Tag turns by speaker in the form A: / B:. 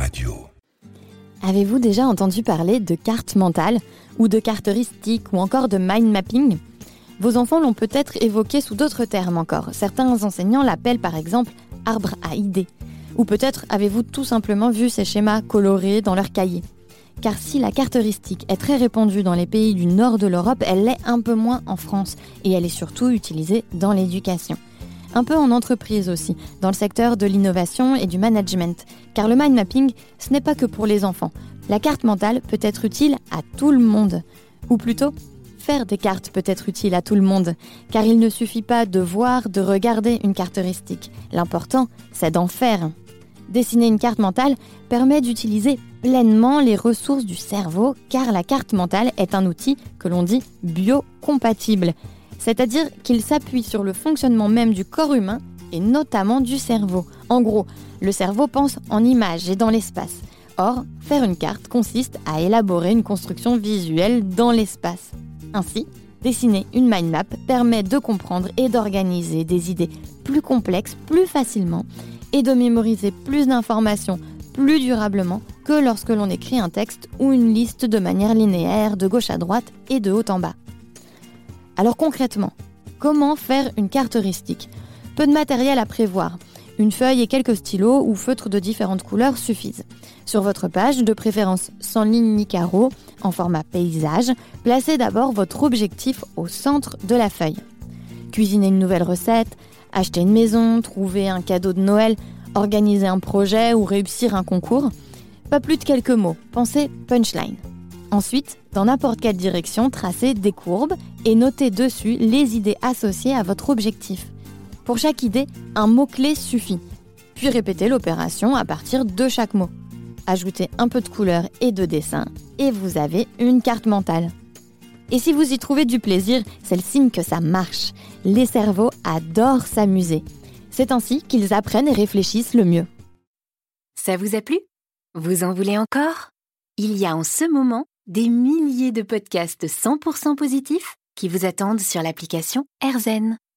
A: Radio.
B: Avez-vous déjà entendu parler de carte mentale, ou de caractéristiques, ou encore de mind mapping ? Vos enfants l'ont peut-être évoqué sous d'autres termes encore. Certains enseignants l'appellent par exemple arbre à idées. Ou peut-être avez-vous tout simplement vu ces schémas colorés dans leurs cahiers. Car si la caractéristique est très répandue dans les pays du nord de l'Europe, elle l'est un peu moins en France. Et elle est surtout utilisée dans l'éducation. Un peu en entreprise aussi, dans le secteur de l'innovation et du management. Car le mind mapping, ce n'est pas que pour les enfants. La carte mentale peut être utile à tout le monde. Ou plutôt, faire des cartes peut être utile à tout le monde. Car il ne suffit pas de voir, de regarder une caractéristique. L'important, c'est d'en faire. Dessiner une carte mentale permet d'utiliser pleinement les ressources du cerveau, car la carte mentale est un outil que l'on dit biocompatible. C'est-à-dire qu'il s'appuie sur le fonctionnement même du corps humain et notamment du cerveau. En gros, le cerveau pense en images et dans l'espace. Or, faire une carte consiste à élaborer une construction visuelle dans l'espace. Ainsi, dessiner une mind map permet de comprendre et d'organiser des idées plus complexes, plus facilement, et de mémoriser plus d'informations plus durablement que lorsque l'on écrit un texte ou une liste de manière linéaire, de gauche à droite et de haut en bas. Alors concrètement, comment faire une caractéristique ? Peu de matériel à prévoir. Une feuille et quelques stylos ou feutres de différentes couleurs suffisent. Sur votre page, de préférence sans ligne ni carreaux, en format paysage, placez d'abord votre objectif au centre de la feuille. Cuisiner une nouvelle recette, acheter une maison, trouver un cadeau de Noël, organiser un projet ou réussir un concours. Pas plus de quelques mots, pensez punchline. Ensuite, dans n'importe quelle direction, tracez des courbes et notez dessus les idées associées à votre objectif. Pour chaque idée, un mot-clé suffit. Puis répétez l'opération à partir de chaque mot. Ajoutez un peu de couleur et de dessin et vous avez une carte mentale. Et si vous y trouvez du plaisir, c'est le signe que ça marche. Les cerveaux adorent s'amuser. C'est ainsi qu'ils apprennent et réfléchissent le mieux.
C: Ça vous a plu ? Vous en voulez encore ? Il y a en ce moment des milliers de podcasts 100% positifs qui vous attendent sur l'application AirZen.